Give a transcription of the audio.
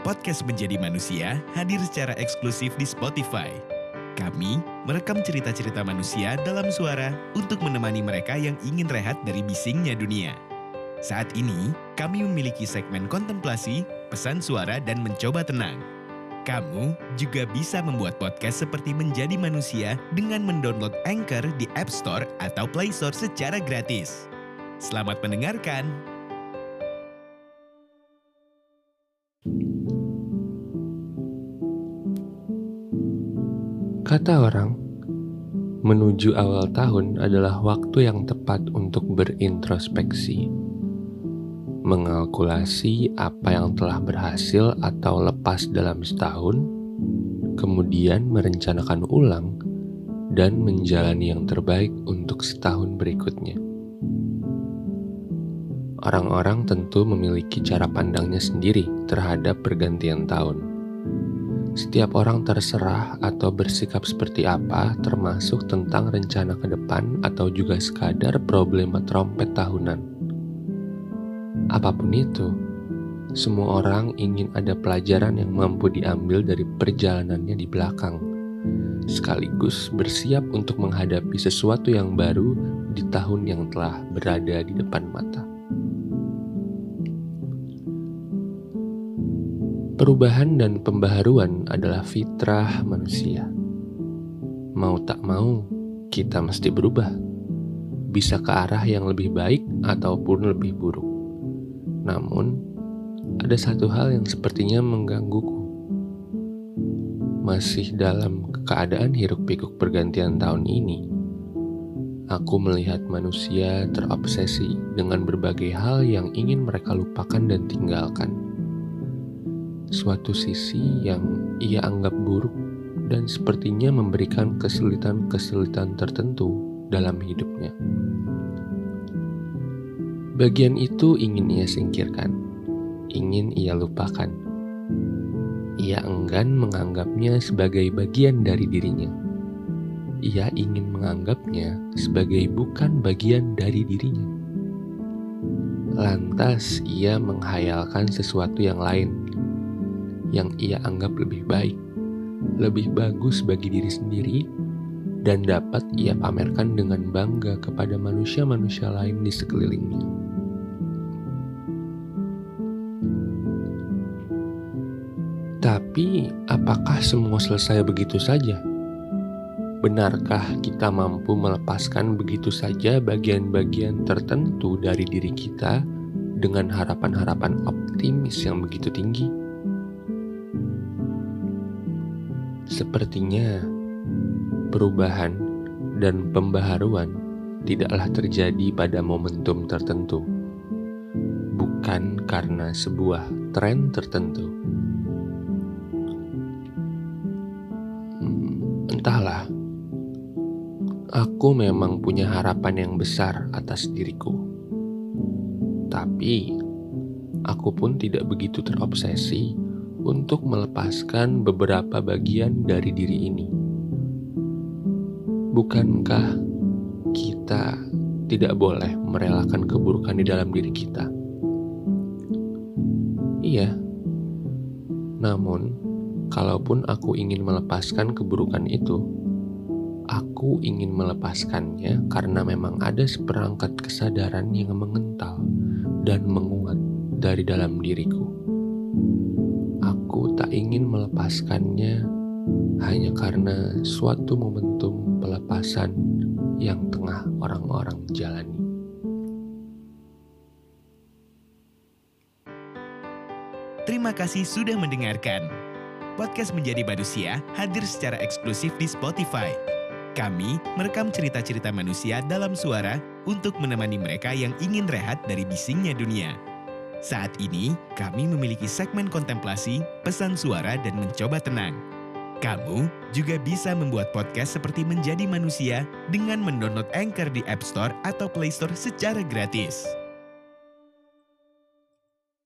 Podcast Menjadi Manusia hadir secara eksklusif di Spotify. Kami merekam cerita-cerita manusia dalam suara untuk menemani mereka yang ingin rehat dari bisingnya dunia. Saat ini, kami memiliki segmen kontemplasi, pesan suara, dan mencoba tenang. Kamu juga bisa membuat podcast seperti Menjadi Manusia dengan mendownload Anchor di App Store atau Play Store secara gratis. Selamat mendengarkan! Kata orang, menuju awal tahun adalah waktu yang tepat untuk berintrospeksi, mengalkulasi apa yang telah berhasil atau lepas dalam setahun, kemudian merencanakan ulang dan menjalani yang terbaik untuk setahun berikutnya. Orang-orang tentu memiliki cara pandangnya sendiri terhadap pergantian tahun. Setiap orang terserah atau bersikap seperti apa, termasuk tentang rencana ke depan atau juga sekadar problema trompet tahunan. Apapun itu, semua orang ingin ada pelajaran yang mampu diambil dari perjalanannya di belakang, sekaligus bersiap untuk menghadapi sesuatu yang baru di tahun yang telah berada di depan mata. Perubahan dan pembaharuan adalah fitrah manusia. Mau tak mau, kita mesti berubah. Bisa ke arah yang lebih baik ataupun lebih buruk. Namun, ada satu hal yang sepertinya menggangguku. Masih dalam keadaan hiruk-pikuk pergantian tahun ini, aku melihat manusia terobsesi dengan berbagai hal yang ingin mereka lupakan dan tinggalkan. Suatu sisi yang ia anggap buruk dan sepertinya memberikan kesulitan-kesulitan tertentu dalam hidupnya. Bagian itu ingin ia singkirkan, ingin ia lupakan. Ia enggan menganggapnya sebagai bagian dari dirinya. Ia ingin menganggapnya sebagai bukan bagian dari dirinya. Lantas ia menghayalkan sesuatu yang lain, yang ia anggap lebih baik, lebih bagus bagi diri sendiri, dan dapat ia pamerkan dengan bangga kepada manusia-manusia lain di sekelilingnya. Tapi, apakah semua selesai begitu saja? Benarkah kita mampu melepaskan begitu saja bagian-bagian tertentu dari diri kita dengan harapan-harapan optimis yang begitu tinggi? Sepertinya perubahan dan pembaharuan tidaklah terjadi pada momentum tertentu, bukan karena sebuah tren tertentu. Entahlah, aku memang punya harapan yang besar atas diriku. Tapi, aku pun tidak begitu terobsesi untuk melepaskan beberapa bagian dari diri ini. Bukankah kita tidak boleh merelakan keburukan di dalam diri kita? Iya. Namun, kalaupun aku ingin melepaskan keburukan itu, aku ingin melepaskannya karena memang ada seperangkat kesadaran yang mengental dan menguat dari dalam diriku. Aku tak ingin melepaskannya hanya karena suatu momentum pelepasan yang tengah orang-orang jalani. Terima kasih sudah mendengarkan. Podcast Menjadi Manusia hadir secara eksklusif di Spotify. Kami merekam cerita-cerita manusia dalam suara untuk menemani mereka yang ingin rehat dari bisingnya dunia. Saat ini, kami memiliki segmen kontemplasi, pesan suara, dan mencoba tenang. Kamu juga bisa membuat podcast seperti Menjadi Manusia dengan mendownload Anchor di App Store atau Play Store secara gratis.